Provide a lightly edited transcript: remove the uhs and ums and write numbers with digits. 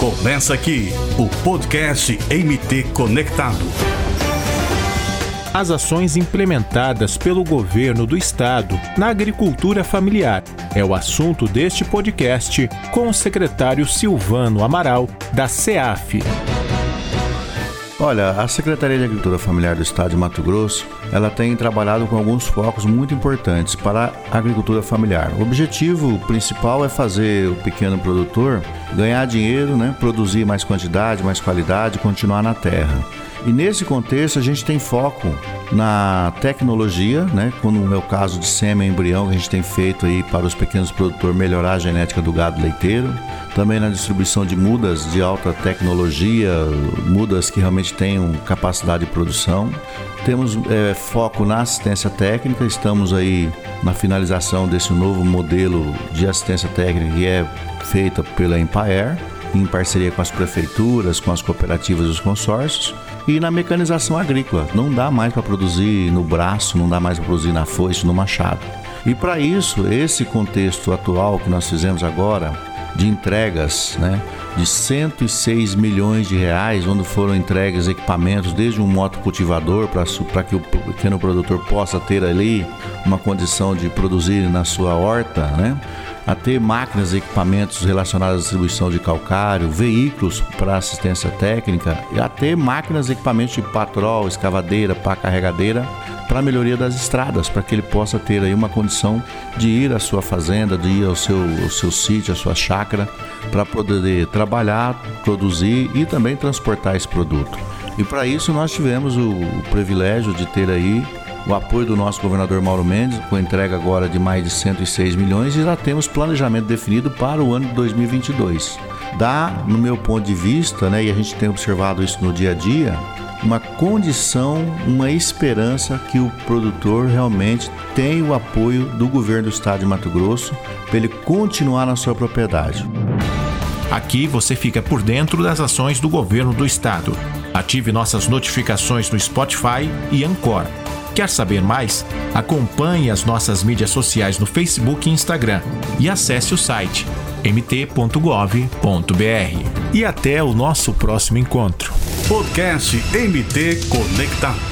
Começa aqui o podcast MT Conectado. As ações implementadas pelo governo do estado na agricultura familiar é o assunto deste podcast com o secretário Silvano Amaral, da SEAF. Olha, a Secretaria de Agricultura Familiar do Estado de Mato Grosso, ela tem trabalhado com alguns focos muito importantes para a agricultura familiar. O objetivo principal é fazer o pequeno produtor ganhar dinheiro, produzir mais quantidade, mais qualidade, continuar na terra. E nesse contexto a gente tem foco na tecnologia, como é o caso de sêmen e embrião que a gente tem feito aí para os pequenos produtores melhorar a genética do gado leiteiro. Também na distribuição de mudas de alta tecnologia, mudas que realmente tenham capacidade de produção. Temos foco na assistência técnica, estamos aí na finalização desse novo modelo de assistência técnica que é feita pela Empaer, em parceria com as prefeituras, com as cooperativas e os consórcios. E na mecanização agrícola, não dá mais para produzir no braço, não dá mais para produzir na foice, no machado. E para isso, esse contexto atual que nós fizemos agora, de entregas, de 106 milhões de reais, onde foram entregues equipamentos, desde um motocultivador para que o pequeno produtor possa ter ali uma condição de produzir na sua horta, a ter máquinas e equipamentos relacionados à distribuição de calcário, veículos para assistência técnica, e a ter máquinas e equipamentos de patrol, escavadeira, pá carregadeira, para a melhoria das estradas, para que ele possa ter aí uma condição de ir à sua fazenda, de ir ao seu sítio, à sua chácara, para poder trabalhar, produzir e também transportar esse produto. E para isso nós tivemos o privilégio de ter aí o apoio do nosso governador Mauro Mendes, com entrega agora de mais de 106 milhões, e já temos planejamento definido para o ano de 2022. Dá, no meu ponto de vista, e a gente tem observado isso no dia a dia, uma condição, uma esperança que o produtor realmente tem o apoio do governo do estado de Mato Grosso para ele continuar na sua propriedade. Aqui você fica por dentro das ações do governo do estado. Ative nossas notificações no Spotify e Anchor. Quer saber mais? Acompanhe as nossas mídias sociais no Facebook e Instagram e acesse o site mt.gov.br. E até o nosso próximo encontro. Podcast MT Conectado.